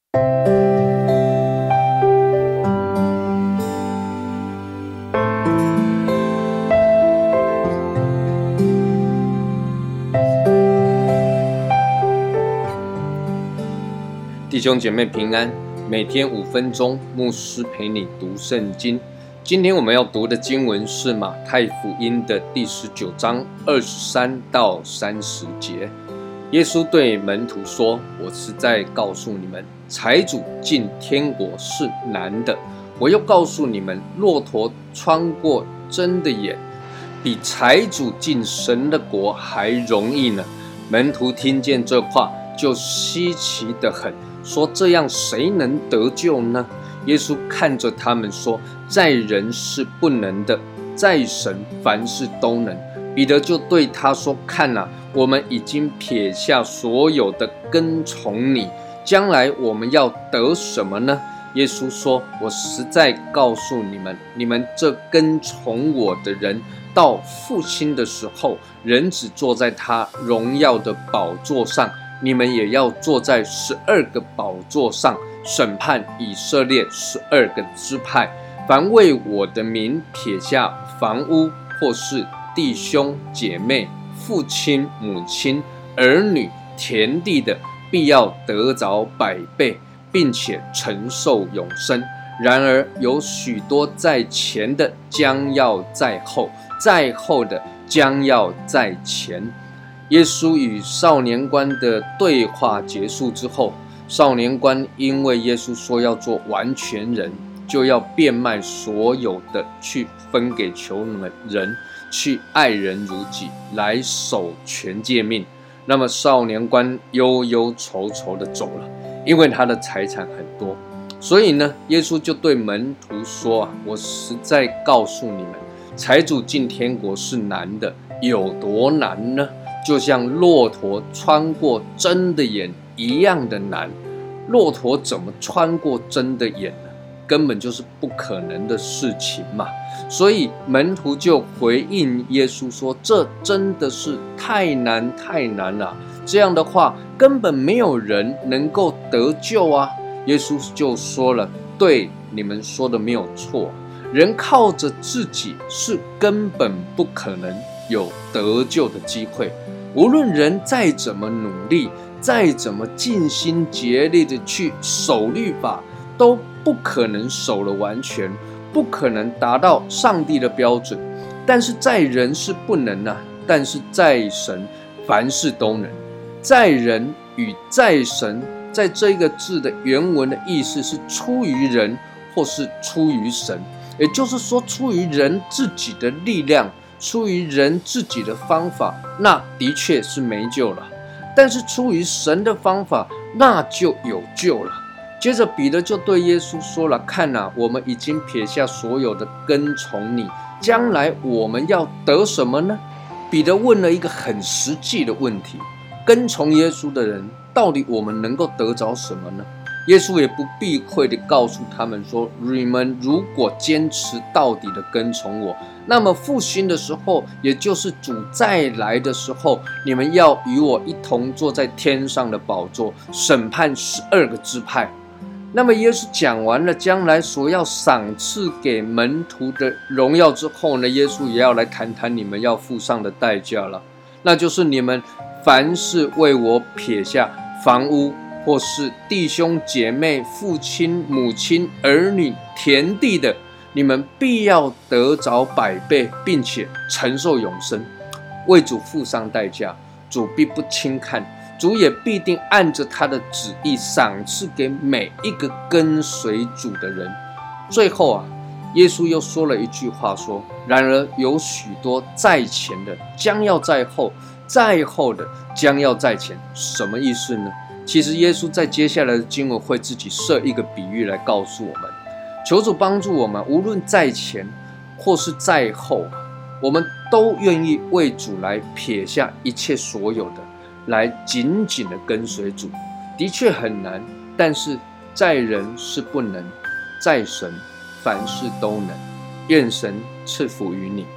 弟兄姐妹平安，每天5分钟，牧师陪你读圣经。今天我们要读的经文是马太福音的第19章23到30节。耶稣对门徒说：我实在告诉你们，财主进天国是难的。我又告诉你们，骆驼穿过针的眼，比财主进神的国还容易呢。门徒听见这话，就稀奇得很，说：这样谁能得救呢？耶稣看着他们说：在人是不能的，在神凡事都能。彼得就对他说：看啊，我们已经撇下所有的跟从你，将来我们要得什么呢？耶稣说：我实在告诉你们，你们这跟从我的人，到复兴的时候，人子坐在他荣耀的宝座上，你们也要坐在12个宝座上，审判以色列12个支派。凡为我的名撇下房屋，或是弟兄姐妹、父亲母亲、儿女、田地的，必要得着100倍，并且承受永生。然而有许多在前的，将要在后；在后的，将要在前。耶稣与少年官的对话结束之后，少年官因为耶稣说要做完全人，就要变卖所有的，去分给穷人，去爱人如己，来守全诫命。那么少年官忧忧愁愁的走了，因为他的财产很多。所以呢，耶稣就对门徒说：我实在告诉你们，财主进天国是难的。有多难呢？就像骆驼穿过针的眼一样的难。骆驼怎么穿过针的眼呢？根本就是不可能的事情嘛。所以门徒就回应耶稣说：这真的是太难了，这样的话根本没有人能够得救啊。耶稣就说了：对，你们说的没有错，人靠着自己是根本不可能有得救的机会。无论人再怎么努力，再怎么尽心竭力的去守律法，都不可能守了完全，不可能达到上帝的标准。但是在人是不能啊，但是在神凡事都能。在人与在神，在这个字的原文的意思是出于人，或是出于神，也就是说出于人自己的力量，出于人自己的方法，那的确是没救了。但是出于神的方法，那就有救了。接着彼得就对耶稣说了：看啊，我们已经撇下所有的跟从你，将来我们要得什么呢？彼得问了一个很实际的问题：跟从耶稣的人，到底我们能够得着什么呢？耶稣也不避讳地告诉他们说：你们如果坚持到底的跟从我，那么复兴的时候，也就是主再来的时候，你们要与我一同坐在天上的宝座，审判12个支派。那么耶稣讲完了将来所要赏赐给门徒的荣耀之后呢，耶稣也要来谈谈你们要付上的代价了，那就是你们凡是为我撇下房屋，或是弟兄姐妹、父亲母亲、儿女、田地的，你们必要得着100倍，并且承受永生。为主付上代价，主必不轻看，主也必定按着他的旨意赏赐给每一个跟随主的人。最后耶稣又说了一句话说：然而有许多在前的，将要在后；在后的，将要在前。什么意思呢？其实耶稣在接下来的经文会自己设一个比喻来告诉我们。求主帮助我们，无论在前或是在后，我们都愿意为主来撇下一切所有的，来紧紧的跟随主。的确很难，但是在人是不能，在神凡事都能。愿神赐福于你。